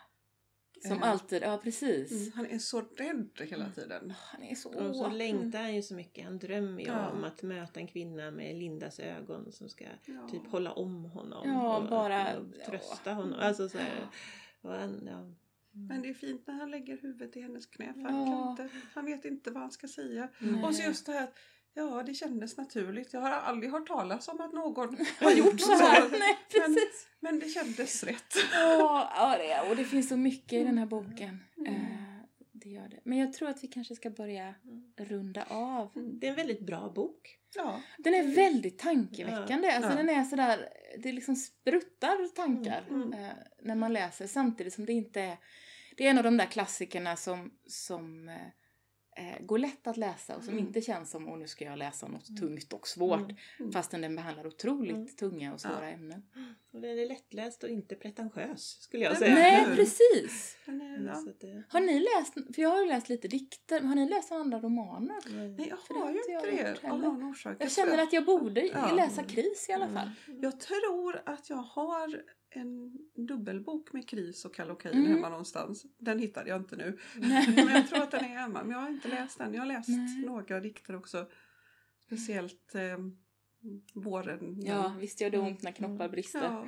Som Eh, alltid, ja precis. Mm, han är så rädd hela tiden. Han är så... Och så längtar han ju så mycket. Han drömmer ju Ja. om att möta en kvinna med Lindas ögon som ska Ja. typ hålla om honom. Ja, och, bara- och trösta ja. honom. Alltså så här, och han, ja. Men det är fint när han lägger huvudet i hennes knä. För Ja. han, kan inte, han vet inte vad han ska säga. Nej. Och så just det här att, ja det kändes naturligt. Jag har aldrig hört talas om att någon har gjort så här. Nej, Men, precis. men det kändes rätt. Ja, ja, det är, och det finns så mycket i den här boken. Mm. Eh, det gör det. Men jag tror att vi kanske ska börja runda av. Det är en väldigt bra bok. Ja. Den är väldigt tankeväckande. Alltså Ja. den är sådär, det liksom spruttar tankar Mm. eh, när man läser. Samtidigt som det inte är, det är en av de där klassikerna som, som eh, eh, går lätt att läsa och som Mm. inte känns som, åh nu ska jag läsa något tungt och svårt. Mm. Fastän den behandlar otroligt Mm. tunga och svåra Ja. ämnen. Och den är lättläst och inte pretentiös skulle jag Nej, säga. Nej, hur? precis. Den är, Mm, ja. så att det, Har ni läst, för jag har ju läst lite dikter, har ni läst andra romaner? Nej, jag För det har har ju inte inte jag det. gjort Av heller. någon orsak. Jag känner att jag borde Ja. läsa Kris i alla fall. Jag tror att jag har en dubbelbok med Kris och Kallocain Mm. hemma någonstans. Den hittade jag inte nu. Men jag tror att den är hemma. Men jag har inte läst den. Jag har läst Nej. några dikter också. Speciellt eh, Våren. Ja, visst gör det ont när knoppar brister. Ja.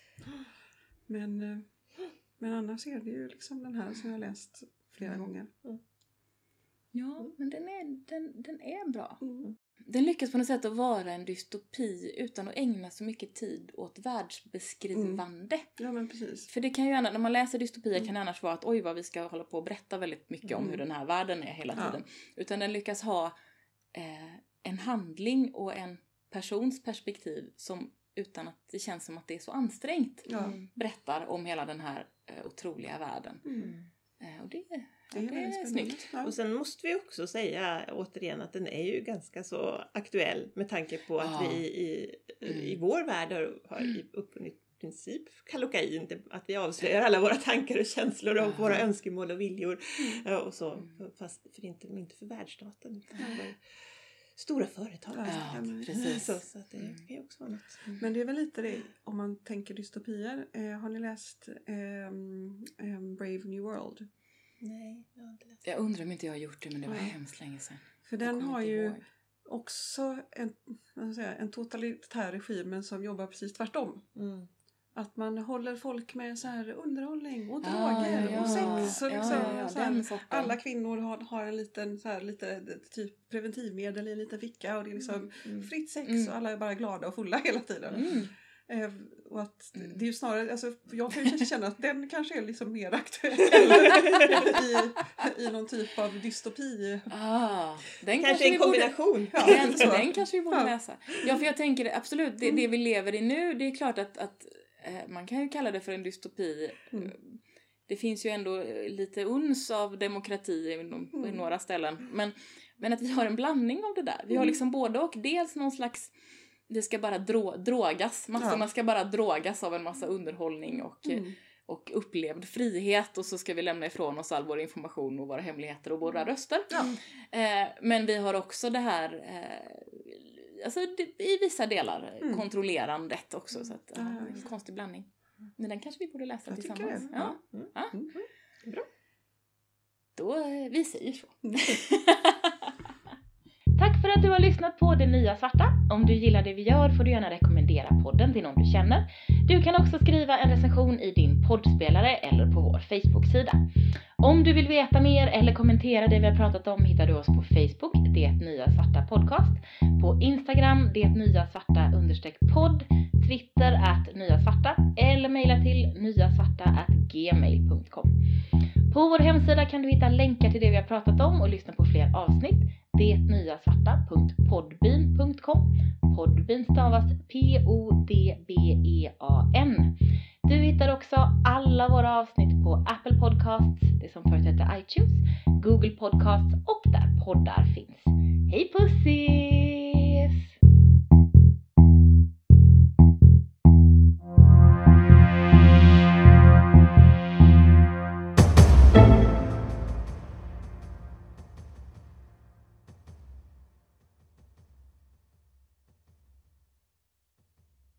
Men, eh, men annars är det ju liksom den här som jag har läst flera gånger. Ja, men den är, den, den är bra. Mm. Den lyckas på något sätt att vara en dystopi utan att ägna så mycket tid åt världsbeskrivande. Ja, men precis. För det kan ju gärna, när man läser dystopier kan det annars vara att oj vad vi ska hålla på och berätta väldigt mycket om Mm. hur den här världen är hela Ja. tiden. Utan den lyckas ha eh, en handling och en persons perspektiv som utan att det känns som att det är så ansträngt Ja. berättar om hela den här eh, otroliga världen. Mm. Eh, och det, Det ja, är det väldigt är spännande. snyggt. Ja. Och sen måste vi också säga återigen att den är ju ganska så aktuell med tanke på att Ja. vi i, i Mm. vår värld har, har uppfunnit i princip Kallocain, att vi avslöjar alla våra tankar och känslor och Ja. våra önskemål och viljor Mm. eh, och så, Mm. fast för inte, inte för världsstaten utan för stora företag. Ja, Ja, men- precis. Så, så att det Mm. kan ju också vara något. Men det är väl lite det, om man tänker dystopier. Eh, har ni läst ehm, ehm, Brave New World? Nej, jag har inte läst. Jag undrar om inte jag har gjort det, men det var Ja. hemskt länge sedan. För Jag den kommer har inte ju ihåg. också en, vad ska jag säga, en totalitär regim men som jobbar precis tvärtom. Mm. Att man håller folk med så här underhållning och Ah, droger ja, och sex. Och ja, liksom, ja, ja, så här, den sorten. alla kvinnor har, har en liten så här, lite, typ preventivmedel i en liten ficka och det är liksom Mm. fritt sex Mm. och alla är bara glada och fulla hela tiden. Mm. Eh, och att Mm. det är ju snarare, alltså, jag kan ju känna att den kanske är liksom mer aktuell i, i någon typ av dystopi. Ah, den Kanske en vi borde- kombination. Ja, Den, så. den kanske vi borde Ja. läsa. Ja, för jag tänker absolut, det, det vi lever i nu, det är klart att, att eh, man kan ju kalla det för en dystopi. Mm. Det finns ju ändå eh, lite uns av demokrati i, i Mm. några ställen. Men, men att vi har en blandning av det där. Vi har Mm. liksom både och, dels någon slags, det ska bara drå, drogas. Massorna Ja. ska bara drogas av en massa underhållning och, eh, Mm. och upplevd frihet. Och så ska vi lämna ifrån oss all vår information och våra hemligheter och våra röster. Ja. Eh, men vi har också det här, eh, alltså det, i vissa delar, Mm. kontrollerandet också. Så att, ja, Ja, ja, det är en visst. konstig blandning. Men den kanske vi borde läsa Jag tycker tillsammans. det. Ja. Mm. Ja. Mm. Bra. Då, eh, vi säger så. Tack för att du har lyssnat på Det Nya Svarta. Om du gillar det vi gör får du gärna rekommendera podden till någon du känner. Du kan också skriva en recension i din poddspelare eller på vår Facebook-sida. Om du vill veta mer eller kommentera det vi har pratat om hittar du oss på Facebook, Det Nya Svarta Podcast, på Instagram, Det Nya Svarta understreck podd, Twitter at Nya Svarta eller mejla till nyasvarta at gmail punkt com. På vår hemsida kan du hitta länkar till det vi har pratat om och lyssna på fler avsnitt. detnyasvarta punkt podbean punkt com. Podbean stavas P O D B E A N. Du hittar också alla våra avsnitt på Apple Podcasts, det som förut hette iTunes, Google Podcasts och där poddar finns. Hej pussis!